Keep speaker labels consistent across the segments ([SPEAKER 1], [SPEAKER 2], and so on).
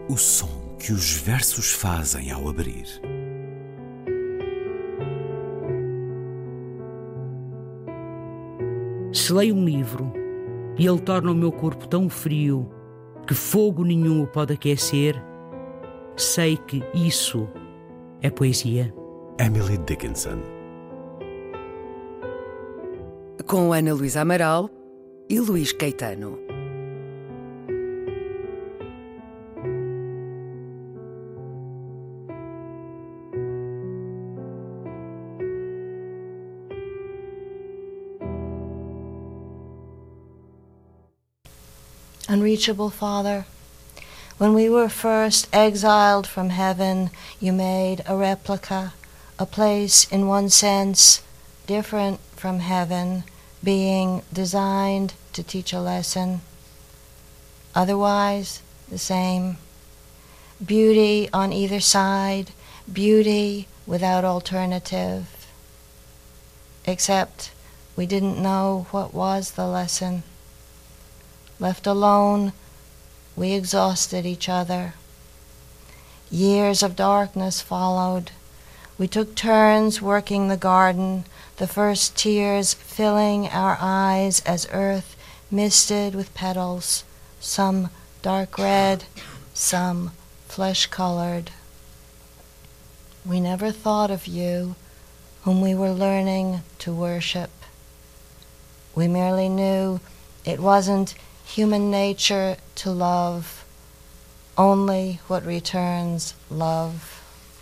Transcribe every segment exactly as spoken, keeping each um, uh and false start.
[SPEAKER 1] O som que os versos fazem ao abrir.
[SPEAKER 2] Se leio um livro e ele torna o meu corpo tão frio que fogo nenhum o pode aquecer, sei que isso é poesia.
[SPEAKER 1] Emily Dickinson.
[SPEAKER 3] Com Ana Luísa Amaral e Luís Caetano.
[SPEAKER 4] Unreachable Father, when we were first exiled from heaven, you made a replica, a place in one sense different from heaven, being designed to teach a lesson, otherwise the same. Beauty on either side, beauty without alternative, except we didn't know what was the lesson. Left alone, we exhausted each other. Years of darkness followed. We took turns working the garden, the first tears filling our eyes as earth misted with petals, some dark red, some flesh-colored. We never thought of you, whom we were learning to worship. We merely knew it wasn't human nature to love, only what returns love.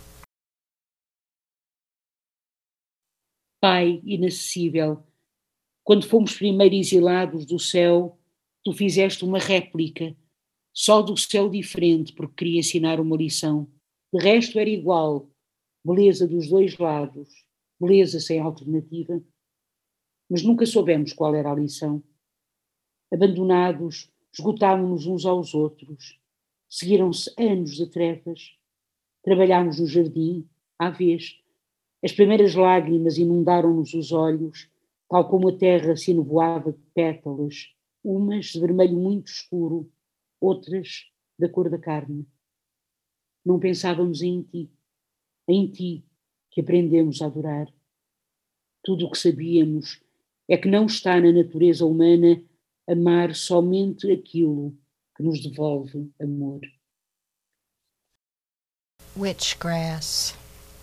[SPEAKER 5] Pai inacessível, quando fomos primeiro exilados do céu, tu fizeste uma réplica, só do céu diferente, porque queria ensinar uma lição. De resto era igual, beleza dos dois lados, beleza sem alternativa, mas nunca soubemos qual era a lição. Abandonados, esgotámos-nos uns aos outros. Seguiram-se anos de trevas. Trabalhámos no jardim, à vez. As primeiras lágrimas inundaram-nos os olhos, tal como a terra se enovoava de pétalas, umas de vermelho muito escuro, outras da cor da carne. Não pensávamos em ti, em ti que aprendemos a adorar. Tudo o que sabíamos é que não está na natureza humana amar somente aquilo que nos devolve amor.
[SPEAKER 4] Witchgrass.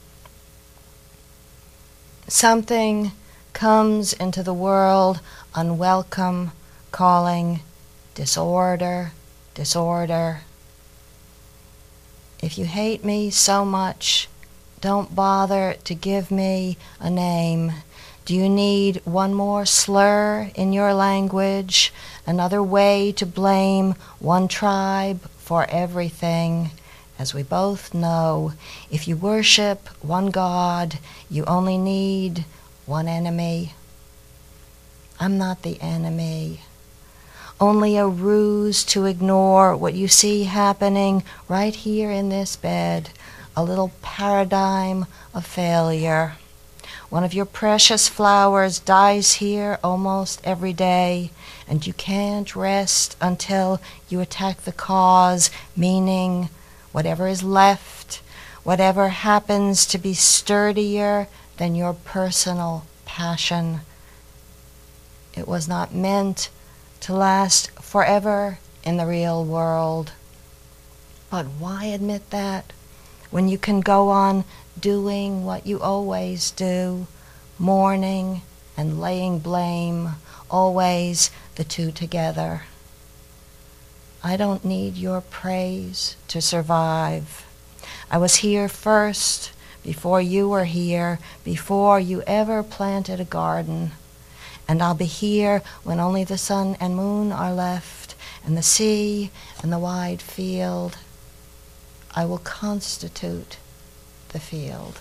[SPEAKER 4] Something comes into the world unwelcome, calling disorder, disorder. If you hate me so much, don't bother to give me a name. Do you need one more slur in your language, another way to blame one tribe for everything? As we both know, if you worship one God, you only need one enemy. I'm not the enemy, only a ruse to ignore what you see happening right here in this bed, a little paradigm of failure. One of your precious flowers dies here almost every day, and you can't rest until you attack the cause, meaning whatever is left, whatever happens to be sturdier than your personal passion. It was not meant to last forever in the real world. But why admit that when you can go on doing what you always do, mourning and laying blame, always the two together? I don't need your praise to survive. I was here first, before you were here, before you ever planted a garden. And I'll be here when only the sun and moon are left, and the sea and the wide field. I will constitute the field.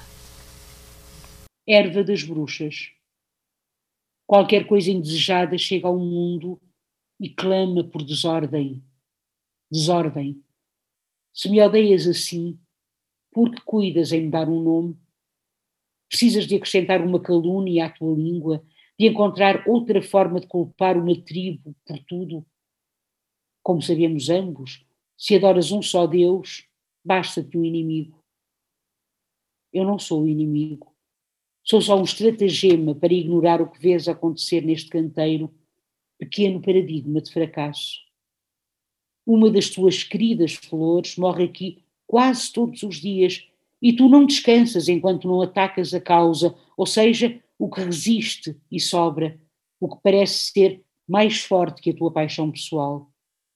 [SPEAKER 5] Erva das bruxas. Qualquer coisa indesejada chega ao mundo e clama por desordem. Desordem. Se me odeias assim, por que cuidas em me dar um nome? Precisas de acrescentar uma calúnia à tua língua, de encontrar outra forma de culpar uma tribo por tudo? Como sabemos ambos, Se adoras um só Deus, basta-te um inimigo. Eu não sou o inimigo. Sou só um estratagema para ignorar o que vês acontecer neste canteiro, pequeno paradigma de fracasso. Uma das tuas queridas flores morre aqui quase todos os dias e tu não descansas enquanto não atacas a causa, ou seja, o que resiste e sobra, o que parece ser mais forte que a tua paixão pessoal.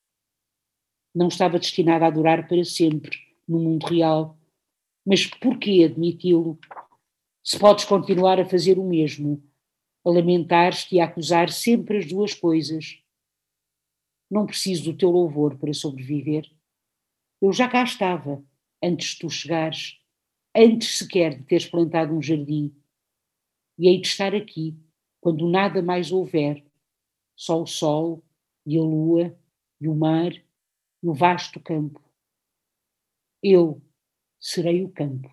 [SPEAKER 5] Não estava destinada a durar para sempre no mundo real, mas porquê admiti-lo? Se podes continuar a fazer o mesmo, a lamentar-te e a acusar sempre as duas coisas. Não preciso do teu louvor para sobreviver. Eu já cá estava, antes de tu chegares, antes sequer de teres plantado um jardim. E hei de estar aqui, quando nada mais houver, só o sol e a lua e o mar e o vasto campo. Eu serei o campo.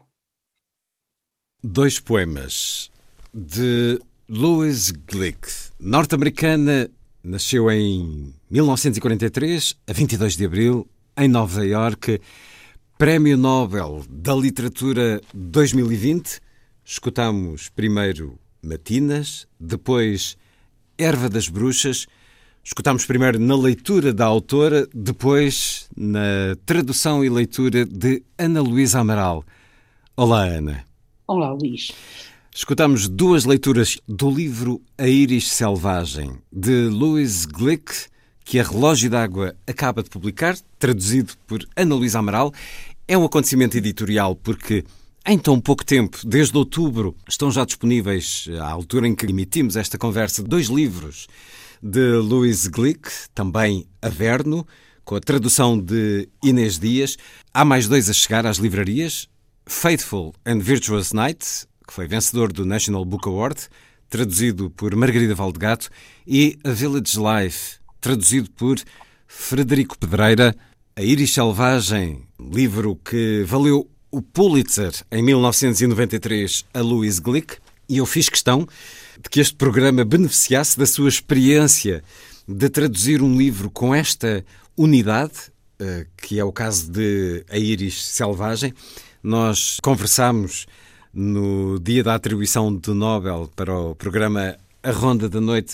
[SPEAKER 1] Dois poemas de Louise Glück, norte-americana, nasceu em mil novecentos e quarenta e três, a vinte e dois de abril, em Nova Iorque, Prémio Nobel da Literatura dois mil e vinte. Escutamos primeiro Matinas, depois Erva das Bruxas. Escutámos primeiro na leitura da autora, depois na tradução e leitura de Ana Luísa Amaral. Olá, Ana.
[SPEAKER 5] Olá, Luís.
[SPEAKER 1] Escutámos duas leituras do livro A Íris Selvagem, de Louise Glück, que a Relógio d'Água acaba de publicar, traduzido por Ana Luísa Amaral. É um acontecimento editorial porque, em tão pouco tempo, desde outubro, estão já disponíveis, à altura em que emitimos esta conversa, dois livros de Louise Glück, também Averno, com a tradução de Inês Dias. Há mais dois a chegar às livrarias, Faithful and Virtuous Night, que foi vencedor do National Book Award, traduzido por Margarida Valdegato, e A Village Life, traduzido por Frederico Pedreira. A Íris Selvagem, livro que valeu o Pulitzer em mil novecentos e noventa e três a Louise Glück, e eu fiz questão de que este programa beneficiasse da sua experiência de traduzir um livro com esta unidade, que é o caso de A Íris Selvagem. Nós conversámos no dia da atribuição do Nobel para o programa A Ronda da Noite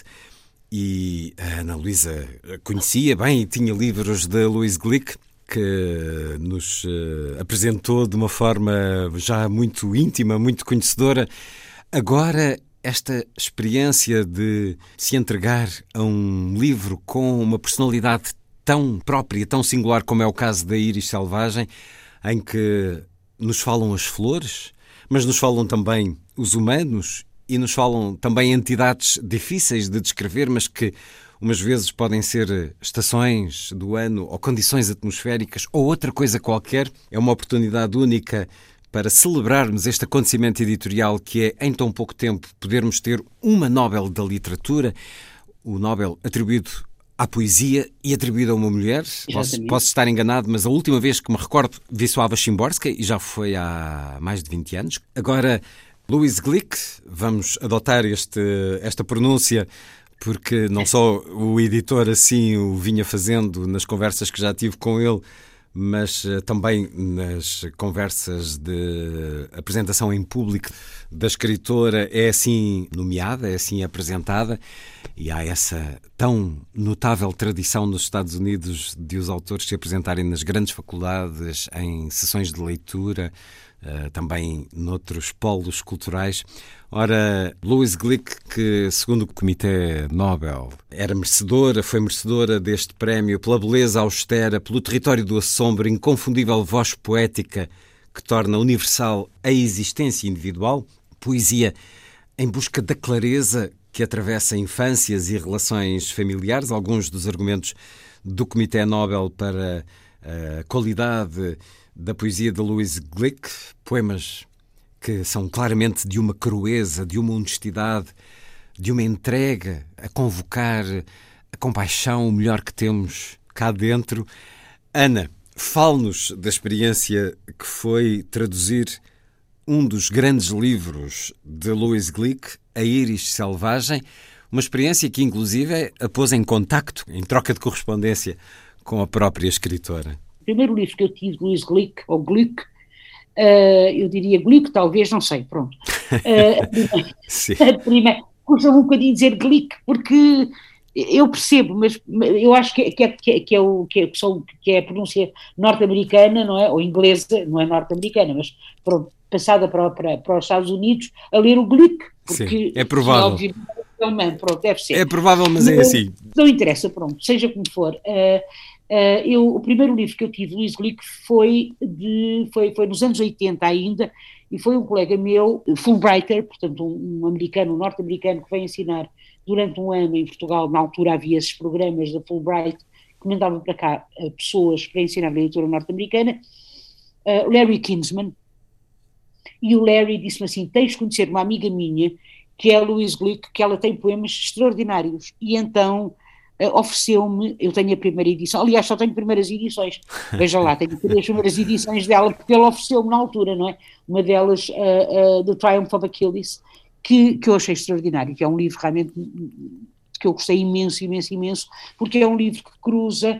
[SPEAKER 1] e a Ana Luísa conhecia bem e tinha livros de Louise Glück, que nos apresentou de uma forma já muito íntima, muito conhecedora. Agora, esta experiência de se entregar a um livro com uma personalidade tão própria, tão singular como é o caso da Íris Selvagem, em que nos falam as flores, mas nos falam também os humanos e nos falam também entidades difíceis de descrever, mas que umas vezes podem ser estações do ano ou condições atmosféricas ou outra coisa qualquer. É uma oportunidade única para celebrarmos este acontecimento editorial que é, em tão pouco tempo, podermos ter uma Nobel da Literatura, o Nobel atribuído à poesia e atribuído a uma mulher. Posso, posso estar enganado, mas a última vez que me recordo, Wisława Szymborska, e já foi há mais de vinte anos. Agora, Louise Glück, vamos adotar este, esta pronúncia, porque não só o editor assim o vinha fazendo nas conversas que já tive com ele, mas também nas conversas de apresentação em público da escritora é assim nomeada, é assim apresentada, e há essa tão notável tradição nos Estados Unidos de os autores se apresentarem nas grandes faculdades, em sessões de leitura, também noutros polos culturais. Ora, Louise Glück, que segundo o Comitê Nobel era merecedora, foi merecedora deste prémio pela beleza austera, pelo território do assombro, inconfundível voz poética que torna universal a existência individual, poesia em busca da clareza que atravessa infâncias e relações familiares. Alguns dos argumentos do Comitê Nobel para a qualidade da poesia de Louise Glück, poemas que são claramente de uma crueza, de uma honestidade, de uma entrega a convocar a compaixão, o melhor que temos cá dentro. Ana, fale-nos da experiência que foi traduzir um dos grandes livros de Louise Glück, A Íris Selvagem, uma experiência que inclusive a pôs em contacto, em troca de correspondência com a própria escritora.
[SPEAKER 5] primeiro livro que eu tive de Louise Glück, ou Glück, uh, eu diria Glück, talvez, não sei, pronto. Uh, a primeira, custa um bocadinho dizer Glück, porque eu percebo, mas eu acho que, que, é, que, é, que, é, o, que, é, que é a pronúncia norte-americana, não é? Ou inglesa, não é norte-americana, mas pronto, passada para, para, para os Estados Unidos, a ler o Glück, porque
[SPEAKER 1] sim, é provável.
[SPEAKER 5] Sim, obviamente, pronto, deve ser.
[SPEAKER 1] É provável, mas é assim.
[SPEAKER 5] Não interessa, pronto, seja como for. Uh, uh, eu, o primeiro livro que eu tive, Louise Glück, foi, de, foi, foi nos anos oitenta ainda, e foi um colega meu, Fulbrighter, portanto um, um americano, um norte-americano, que veio ensinar durante um ano em Portugal. Na altura havia esses programas da Fulbright que mandavam para cá uh, pessoas para ensinar a literatura norte-americana, uh, Larry Kinsman, e o Larry disse-me assim, tens de conhecer uma amiga minha, que é a Louise Glück, que ela tem poemas extraordinários, e então uh, ofereceu-me, eu tenho a primeira edição, aliás só tenho primeiras edições, veja lá, tenho três primeiras edições dela, porque ela ofereceu-me na altura, não é? Uma delas, uh, uh, The Triumph of Achilles, que, que eu achei extraordinário, que é um livro realmente que eu gostei imenso, imenso, imenso, porque é um livro que cruza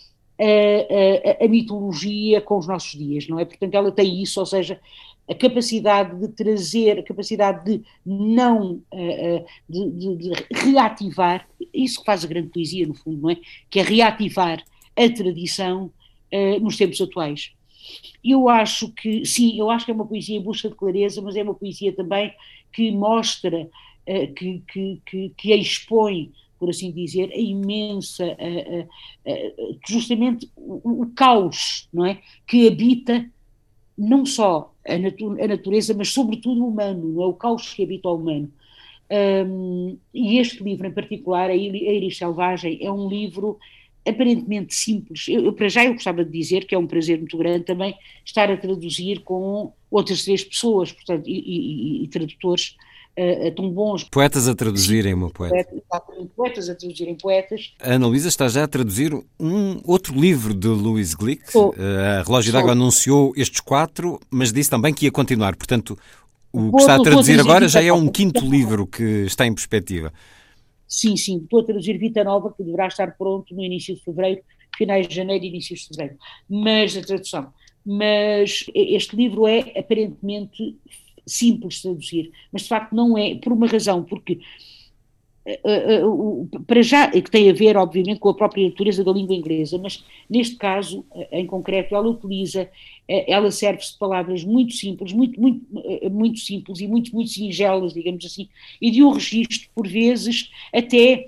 [SPEAKER 5] a, a, a mitologia com os nossos dias, não é? Portanto ela tem isso, ou seja, a capacidade de trazer, a capacidade de não, uh, de, de, de reativar, isso que faz a grande poesia no fundo, não é? Que é reativar a tradição uh, nos tempos atuais. Eu acho que, sim, eu acho que é uma poesia em busca de clareza, mas é uma poesia também que mostra, uh, que, que, que, que expõe, por assim dizer, a imensa, uh, uh, uh, justamente o, o caos, não é? Que habita não só a, natu a natureza, mas sobretudo o humano, não é? O caos que habita o humano. Um, e este livro em particular, A Íris Selvagem, é um livro aparentemente simples. Eu, eu, para já eu gostava de dizer que é um prazer muito grande também estar a traduzir com outras três pessoas, portanto, e, e, e tradutores uh, tão bons.
[SPEAKER 1] Poetas a traduzirem uma poeta.
[SPEAKER 5] Poetas, poetas a traduzirem poetas.
[SPEAKER 1] A Ana Luísa está já a traduzir um outro livro de Louise Glück. Oh, a Relógio d'Água anunciou estes quatro, mas disse também que ia continuar. Portanto, o que está a traduzir agora já é um quinto livro que está em perspectiva.
[SPEAKER 5] Sim, sim, estou a traduzir Vita Nova, que deverá estar pronto no início de fevereiro, finais de janeiro e início de fevereiro. Mas a tradução. Mas este livro é aparentemente simples de traduzir, mas de facto não é, por uma razão, porque uh, uh, uh, para já, que tem a ver obviamente com a própria natureza da língua inglesa, mas neste caso, uh, em concreto, ela utiliza, uh, ela serve-se de palavras muito simples, muito, muito, uh, muito simples e muito, muito singelas, digamos assim, e de um registro, por vezes, até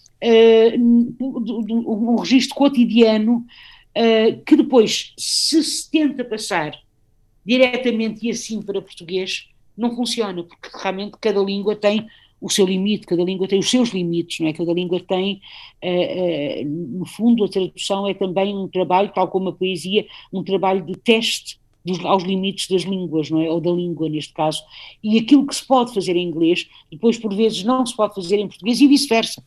[SPEAKER 5] uh, um registro cotidiano, uh, que depois, se se tenta passar diretamente e assim para português, não funciona, porque realmente cada língua tem o seu limite, cada língua tem os seus limites, não é? Cada língua tem, uh, uh, no fundo, a tradução é também um trabalho, tal como a poesia, um trabalho de teste dos, aos limites das línguas, não é? Ou da língua, neste caso. E aquilo que se pode fazer em inglês, depois, por vezes, não se pode fazer em português e vice-versa.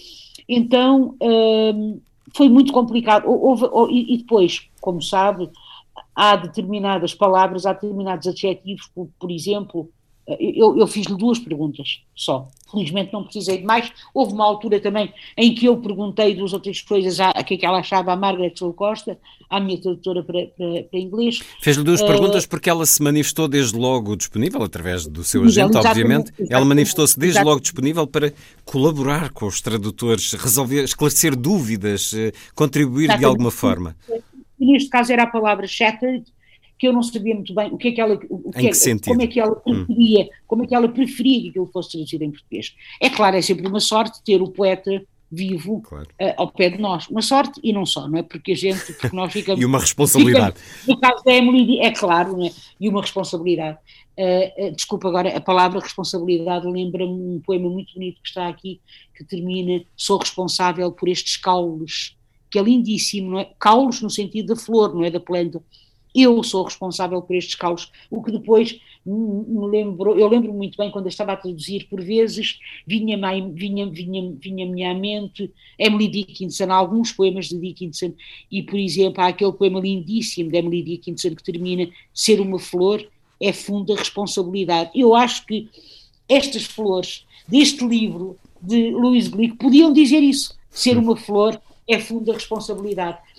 [SPEAKER 5] Então, uh, foi muito complicado. Houve, houve, e depois, como sabe, há determinadas palavras, há determinados adjetivos, por, por exemplo, eu, eu fiz-lhe duas perguntas só, felizmente não precisei de mais. Houve uma altura também em que eu perguntei duas outras coisas, a que é que ela achava a Margaret Soul Costa, à minha tradutora para, para, para inglês.
[SPEAKER 1] Fez-lhe duas uh, perguntas porque ela se manifestou desde logo disponível, através do seu agente, obviamente, exatamente. Ela manifestou-se desde exatamente. logo disponível para colaborar com os tradutores, resolver, esclarecer dúvidas, contribuir exatamente. de alguma forma.
[SPEAKER 5] E neste caso era a palavra shattered, que eu não sabia muito bem o que é que ela, o que
[SPEAKER 1] em
[SPEAKER 5] é,
[SPEAKER 1] que
[SPEAKER 5] como é que ela preferia, hum. como é que ela preferia que aquilo fosse traduzido em português. É claro, é sempre uma sorte ter o poeta vivo claro. uh, ao pé de nós. Uma sorte e não só, não é? Porque a gente, porque nós ficamos...
[SPEAKER 1] e uma responsabilidade.
[SPEAKER 5] Ficamos, no caso da Emily, é claro, não é? E uma responsabilidade. Uh, uh, desculpa agora, a palavra responsabilidade lembra-me um poema muito bonito que está aqui, que termina: sou responsável por estes caules, que é lindíssimo, não é? Caules no sentido da flor, não é? Da planta. Eu sou responsável por estes caules, o que depois me lembrou, eu lembro muito bem quando eu estava a traduzir, por vezes vinha-me vinha, vinha, vinha à mente Emily Dickinson, alguns poemas de Dickinson, e por exemplo há aquele poema lindíssimo de Emily Dickinson que termina: ser uma flor é funda responsabilidade. Eu acho que estas flores deste livro de Louise Glück podiam dizer isso: ser uma flor é funda responsabilidade.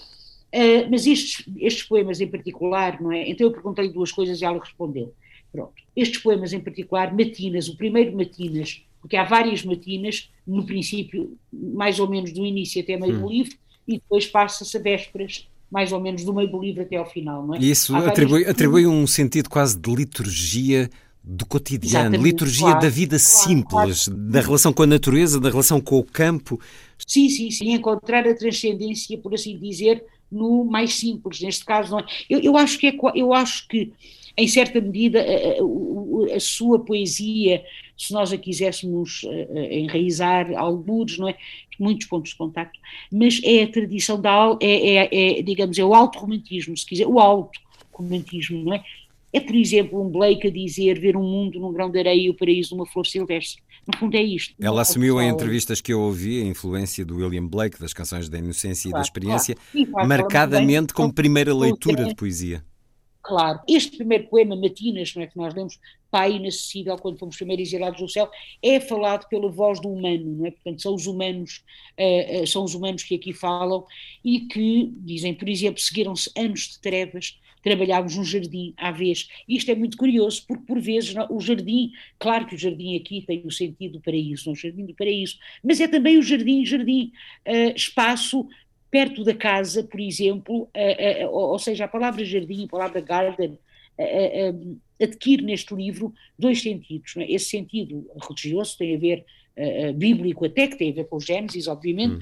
[SPEAKER 5] Uh, mas estes, estes poemas em particular, não é? Então eu perguntei-lhe duas coisas e ela respondeu. Pronto. Estes poemas em particular, matinas, o primeiro matinas, porque há várias matinas, no princípio, mais ou menos do início até meio hum. do livro, e depois passa-se a vésperas, mais ou menos do meio do livro até ao final, não é?
[SPEAKER 1] E isso atribui, atribui um sentido quase de liturgia do cotidiano, exatamente, liturgia claro, da vida claro, simples, claro. Da relação com a natureza, da relação com o campo.
[SPEAKER 5] Sim, sim, sim, encontrar a transcendência, por assim dizer, no mais simples, neste caso, não é? Eu, eu acho que é, eu acho que em certa medida a, a, a sua poesia, se nós a quiséssemos enraizar alguns, não é? Muitos pontos de contacto, mas é a tradição da, é, é, é, digamos, é o alto-romantismo, se quiser, o alto-romantismo, não é? É, por exemplo, um Blake a dizer ver um mundo num grão de areia e o paraíso numa flor silvestre. No fundo é isto.
[SPEAKER 1] Ela assumiu em entrevistas que eu ouvi a influência do William Blake, das canções da inocência claro, e da experiência, claro. Sim, marcadamente como primeira leitura de poesia.
[SPEAKER 5] Claro. Este primeiro poema, Matinas, não é, que nós lemos, Pai inacessível, quando fomos primeiro exilados do céu, é falado pela voz do humano, não é? Portanto, são os humanos, uh, uh, são os humanos que aqui falam e que, dizem, por exemplo, seguiram-se anos de trevas, trabalhávamos num jardim à vez. Isto é muito curioso, porque por vezes não, o jardim, claro que o jardim aqui tem o sentido do paraíso, não o jardim do paraíso, mas é também o jardim, jardim, uh, espaço perto da casa, por exemplo, uh, uh, ou seja, a palavra jardim, a palavra garden, uh, uh, adquire neste livro dois sentidos, não é? Esse sentido religioso tem a ver, uh, bíblico até, que tem a ver com o Gênesis, obviamente,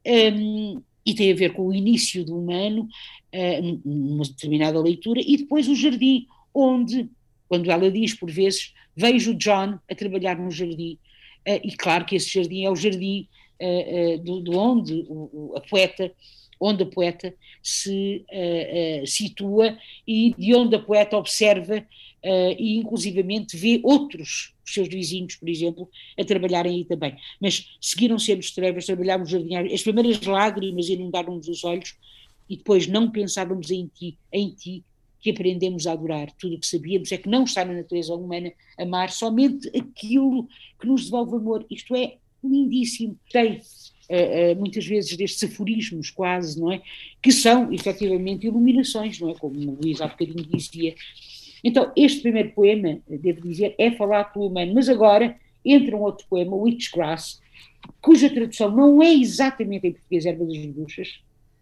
[SPEAKER 5] hum. um, e tem a ver com o início do humano, uh, numa determinada leitura, e depois o jardim, onde, quando ela diz, por vezes, vejo John a trabalhar no jardim, uh, e claro que esse jardim é o jardim uh, uh, de, de onde o, a poeta, onde a poeta se uh, uh, situa e de onde a poeta observa Uh, e inclusivamente vê outros, os seus vizinhos, por exemplo, a trabalharem aí também. Mas seguiram sempre as trevas, trabalhámos no jardim, as primeiras lágrimas inundaram-nos os olhos e depois não pensávamos em ti, em ti que aprendemos a adorar. Tudo o que sabíamos é que não está na natureza humana amar somente aquilo que nos devolve amor. Isto é lindíssimo. Tem uh, uh, muitas vezes destes aforismos quase, não é? Que são efetivamente iluminações, não é? Como o Luís há bocadinho dizia. Então, este primeiro poema, devo dizer, é falado pelo humano, mas agora entra um outro poema, Witchgrass, cuja tradução não é exatamente em português Erva das Bruxas.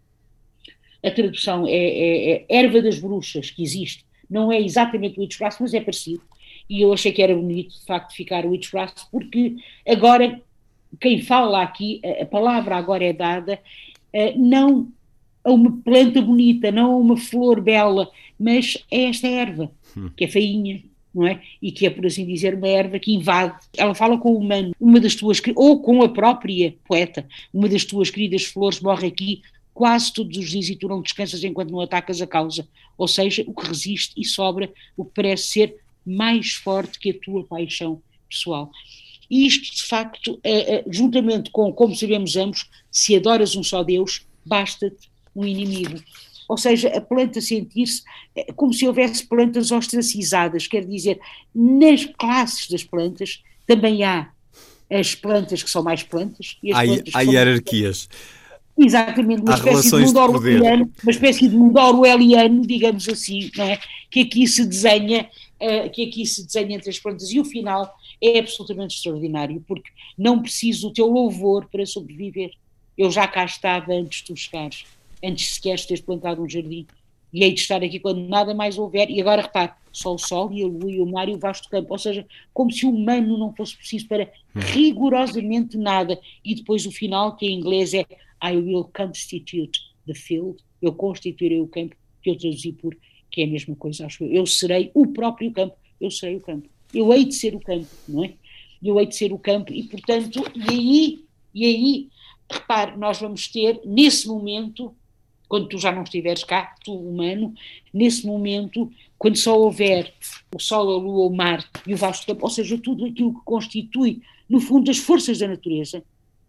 [SPEAKER 5] A tradução é, é, é Erva das Bruxas, que existe, não é exatamente Witchgrass, mas é parecido. E eu achei que era bonito, de facto, ficar Witchgrass, porque agora, quem fala aqui, a palavra agora é dada, não a uma planta bonita, não a uma flor bela, mas é esta erva, que é feinha, não é? E que é, por assim dizer, uma erva que invade. Ela fala com o humano, uma das tuas, ou com a própria poeta, uma das tuas queridas flores morre aqui quase todos os dias e tu não descansas enquanto não atacas a causa. Ou seja, o que resiste e sobra, o que parece ser mais forte que a tua paixão pessoal. E isto, de facto, é, é, juntamente com, como sabemos ambos, se adoras um só Deus, basta-te um inimigo. Ou seja, a planta sentir-se como se houvesse plantas ostracizadas, quer dizer, nas classes das plantas também há as plantas que são mais plantas e as
[SPEAKER 1] há,
[SPEAKER 5] plantas
[SPEAKER 1] há
[SPEAKER 5] que
[SPEAKER 1] hierarquias.
[SPEAKER 5] São... Exatamente, uma
[SPEAKER 1] há
[SPEAKER 5] espécie de mundo orwelliano, uma espécie de mundo orwelliano, digamos assim, não é? Que aqui se desenha, uh, que aqui se desenha entre as plantas, e o final é absolutamente extraordinário, porque não preciso do teu louvor para sobreviver. Eu já cá estava antes de tu chegares, antes sequer de teres plantado um jardim, e hei de estar aqui quando nada mais houver, e agora repare, só o sol e a lua e o mar e o vasto campo, ou seja, como se o humano não fosse preciso para rigorosamente nada, e depois o final, que em inglês é I will constitute the field, eu constituirei o campo, que eu traduzi por, que é a mesma coisa, acho eu, eu serei o próprio campo, eu serei o campo, eu hei de ser o campo, não é? Eu hei de ser o campo, e portanto, e aí, e aí, repare, nós vamos ter, nesse momento, quando tu já não estiveres cá, tu humano, nesse momento, quando só houver o sol, a lua, o mar e o vasto campo, ou seja, tudo aquilo que constitui, no fundo, as forças da natureza,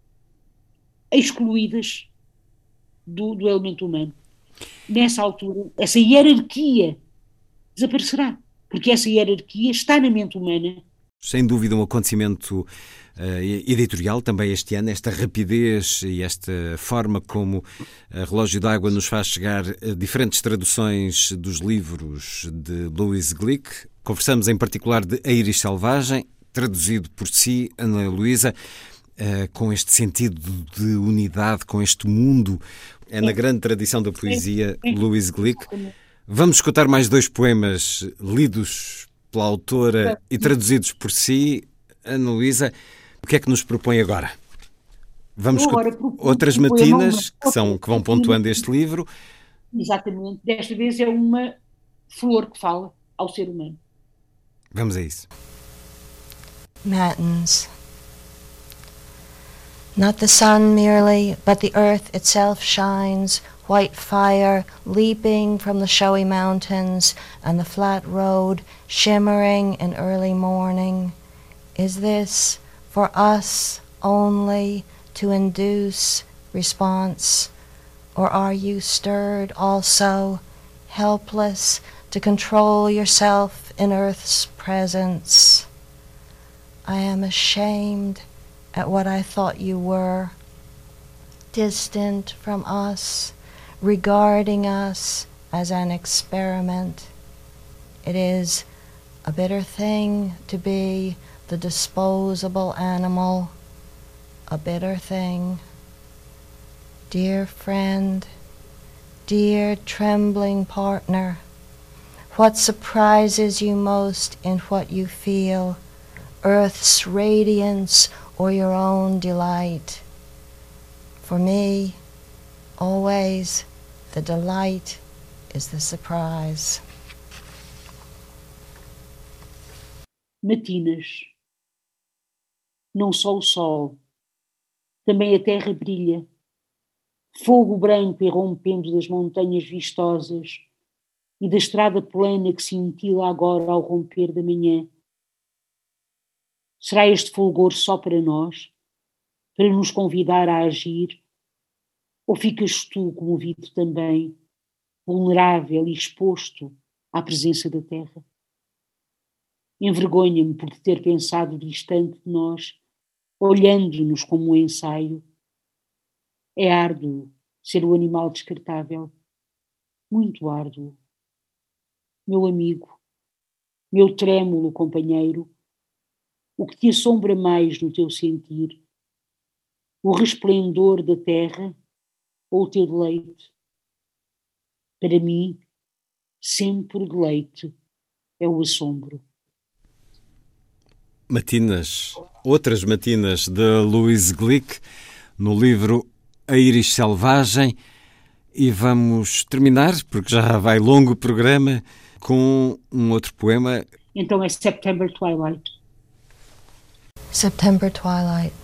[SPEAKER 5] excluídas do, do elemento humano. Nessa altura, essa hierarquia desaparecerá, porque essa hierarquia está na mente humana,
[SPEAKER 1] Sem dúvida um acontecimento uh, editorial também este ano, esta rapidez e esta forma como a Relógio d'Água nos faz chegar a diferentes traduções dos livros de Louise Glück. Conversamos em particular de A Íris Selvagem, traduzido por si, Ana Luísa, uh, com este sentido de unidade, com este mundo. É na grande tradição da poesia Louise Glück. Vamos escutar mais dois poemas lidos pela autora e traduzidos por si. Ana Luísa, o que é que nos propõe agora? Vamos escutar outras matinas que, são, que vão pontuando este livro.
[SPEAKER 5] Exatamente. Desta vez é uma flor que fala ao ser humano.
[SPEAKER 1] Vamos a isso.
[SPEAKER 4] Matins. Not the sun merely, but the earth itself shines, white fire leaping from the showy mountains and the flat road shimmering in early morning. Is this for us only to induce response, or are you stirred also, helpless to control yourself in earth's presence? I am ashamed at what I thought you were, distant from us, regarding us as an experiment. It is a bitter thing to be the disposable animal, a bitter thing. Dear friend, dear trembling partner, what surprises you most in what you feel, earth's radiance or your own delight? For me, always, the delight is the surprise.
[SPEAKER 5] Matinas. Não só o sol, também a terra brilha. Fogo branco irrompendo das montanhas vistosas e da estrada plana que cintila agora ao romper da manhã. Será este fulgor só para nós, para nos convidar a agir? Ou ficas tu comovido também, vulnerável e exposto à presença da terra? Envergonha-me por te ter pensado distante de nós, olhando-nos como um ensaio. É árduo ser o animal descartável, muito árduo. Meu amigo, meu trêmulo companheiro, o que te assombra mais no teu sentir? O resplendor da terra ou o teu deleite? Para mim, sempre o deleite é o assombro.
[SPEAKER 1] Matinas, outras matinas de Louise Glück, no livro A Íris Selvagem. E vamos terminar, porque já vai longo o programa, com um outro poema.
[SPEAKER 5] Então é September Twilight.
[SPEAKER 4] September twilight.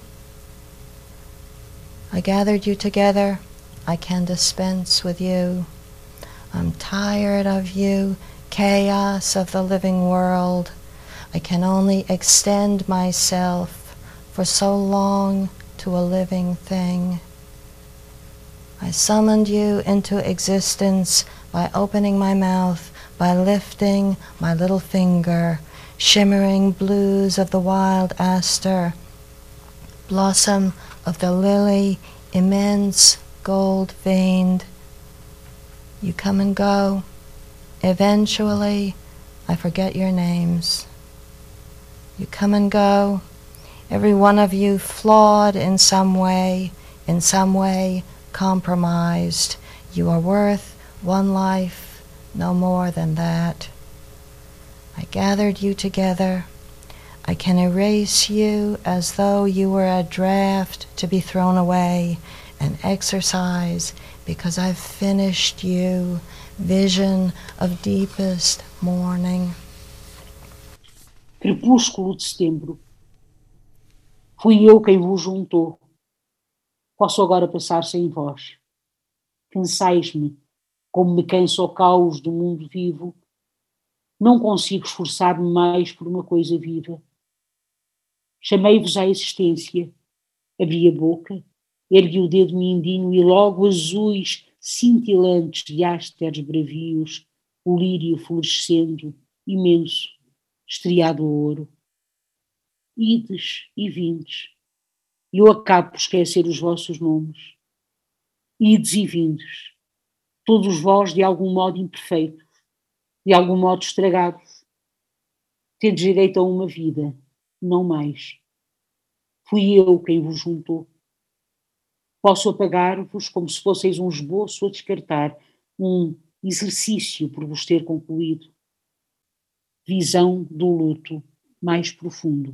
[SPEAKER 4] I gathered you together, I can dispense with you. I'm tired of you, chaos of the living world. I can only extend myself for so long to a living thing. I summoned you into existence by opening my mouth, by lifting my little finger, shimmering blues of the wild aster, blossom of the lily, immense, gold-veined. You come and go. Eventually, I forget your names. You come and go, every one of you flawed in some way, in some way compromised. You are worth one life, no more than that. I gathered you together. I can erase you as though you were a draft to be thrown away, an exercise, because I've finished you, vision of deepest mourning.
[SPEAKER 5] Crepúsculo de setembro. Fui eu quem vos juntou. Posso agora passar sem vós. Cansais-me, como me cansa o caos do mundo vivo. Não consigo esforçar-me mais por uma coisa viva. Chamei-vos à existência. Abri a boca, ergui o dedo mindinho e logo azuis, cintilantes de ásteres bravios, o lírio florescendo, imenso, estriado a ouro. ides e vindes, e eu acabo por esquecer os vossos nomes. Ides e vindes, todos vós de algum modo imperfeitos, de algum modo estragados. Tendes direito a uma vida, não mais. Fui eu quem vos juntou. Posso apagar-vos como se fosseis um esboço a descartar, um exercício por vos ter concluído. Visão do luto mais profundo.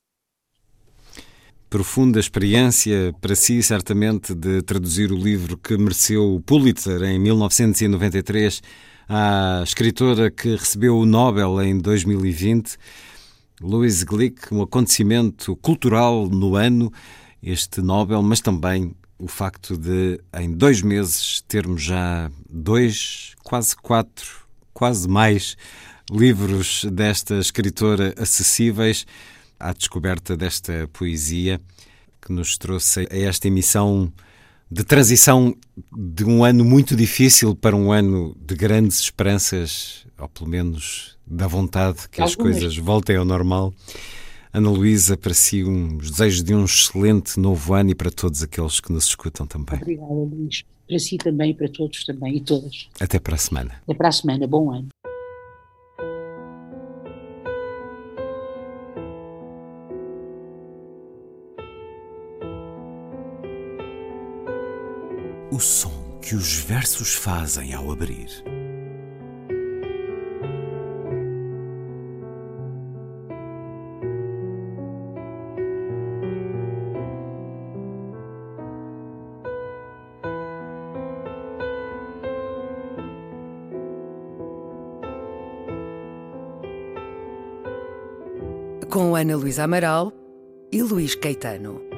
[SPEAKER 1] Profunda experiência para si, certamente, de traduzir o livro que mereceu o Pulitzer em mil novecentos e noventa e três à escritora que recebeu o Nobel em dois mil e vinte, Louise Glück, um acontecimento cultural no ano, este Nobel, mas também o facto de, em dois meses, termos já dois, quase quatro, quase mais livros desta escritora acessíveis à descoberta desta poesia que nos trouxe a esta emissão de transição de um ano muito difícil para um ano de grandes esperanças, ou pelo menos da vontade que as coisas voltem ao normal. Ana Luísa, para si, uns desejos de um excelente novo ano e para todos aqueles que nos escutam também.
[SPEAKER 5] Obrigada, Luís. Para si também, para todos também e todas.
[SPEAKER 1] Até para a semana.
[SPEAKER 5] Até para a semana. Bom ano.
[SPEAKER 6] O som que os versos fazem ao abrir.
[SPEAKER 3] Com Ana Luísa Amaral e Luís Caetano.